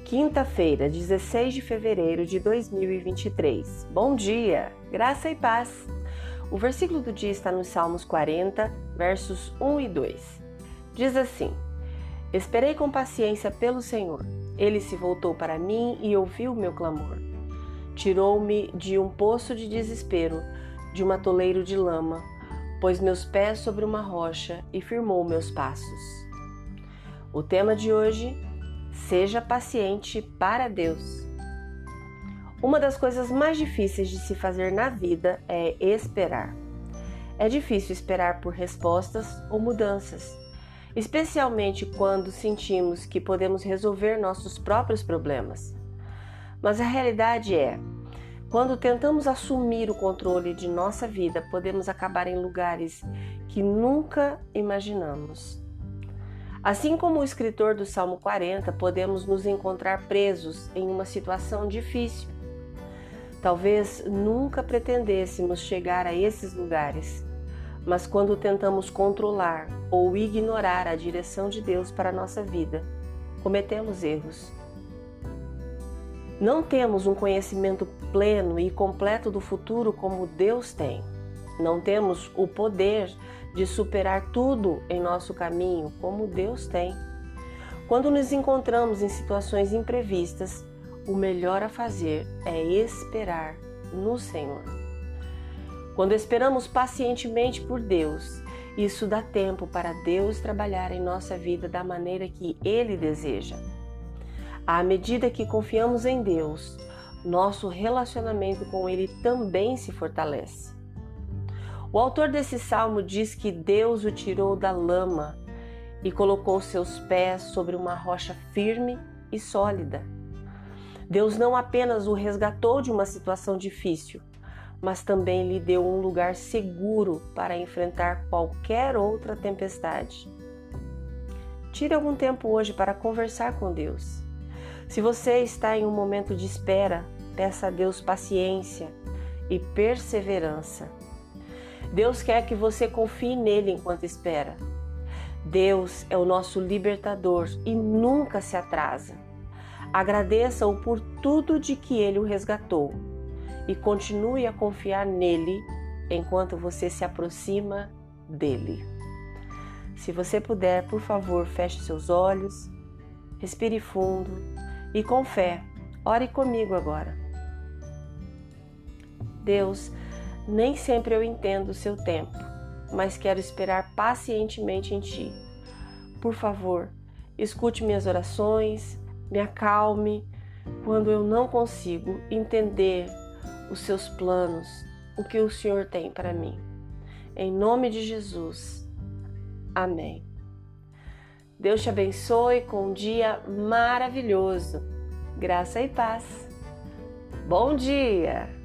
Quinta-feira, 16 de fevereiro de 2023. Bom dia, graça e paz. O versículo do dia está nos Salmos 40, versos 1 e 2. Diz assim: Esperei com paciência pelo Senhor. Ele se voltou para mim e ouviu o meu clamor. Tirou-me de um poço de desespero, de um atoleiro de lama, pôs meus pés sobre uma rocha e firmou meus passos. O tema de hoje: seja paciente para Deus. Uma das coisas mais difíceis de se fazer na vida é esperar. É difícil esperar por respostas ou mudanças, especialmente quando sentimos que podemos resolver nossos próprios problemas. Mas a realidade é, quando tentamos assumir o controle de nossa vida, podemos acabar em lugares que nunca imaginamos. Assim como o escritor do Salmo 40, podemos nos encontrar presos em uma situação difícil. Talvez nunca pretendêssemos chegar a esses lugares, mas quando tentamos controlar ou ignorar a direção de Deus para a nossa vida, cometemos erros. Não temos um conhecimento pleno e completo do futuro como Deus tem. Não temos o poder de superar tudo em nosso caminho como Deus tem. Quando nos encontramos em situações imprevistas, o melhor a fazer é esperar no Senhor. Quando esperamos pacientemente por Deus, isso dá tempo para Deus trabalhar em nossa vida da maneira que Ele deseja. À medida que confiamos em Deus, nosso relacionamento com Ele também se fortalece. O autor desse salmo diz que Deus o tirou da lama e colocou seus pés sobre uma rocha firme e sólida. Deus não apenas o resgatou de uma situação difícil, mas também lhe deu um lugar seguro para enfrentar qualquer outra tempestade. Tire algum tempo hoje para conversar com Deus. Se você está em um momento de espera, peça a Deus paciência e perseverança. Deus quer que você confie nele enquanto espera. Deus é o nosso libertador e nunca se atrasa. Agradeça-o por tudo de que ele o resgatou e continue a confiar nele enquanto você se aproxima dele. Se você puder, por favor, feche seus olhos, respire fundo e com fé, ore comigo agora. Deus, nem sempre eu entendo o seu tempo, mas quero esperar pacientemente em Ti. Por favor, escute minhas orações, me acalme quando eu não consigo entender os Seus planos, o que o Senhor tem para mim. Em nome de Jesus. Amém. Deus te abençoe com um dia maravilhoso. Graça e paz. Bom dia!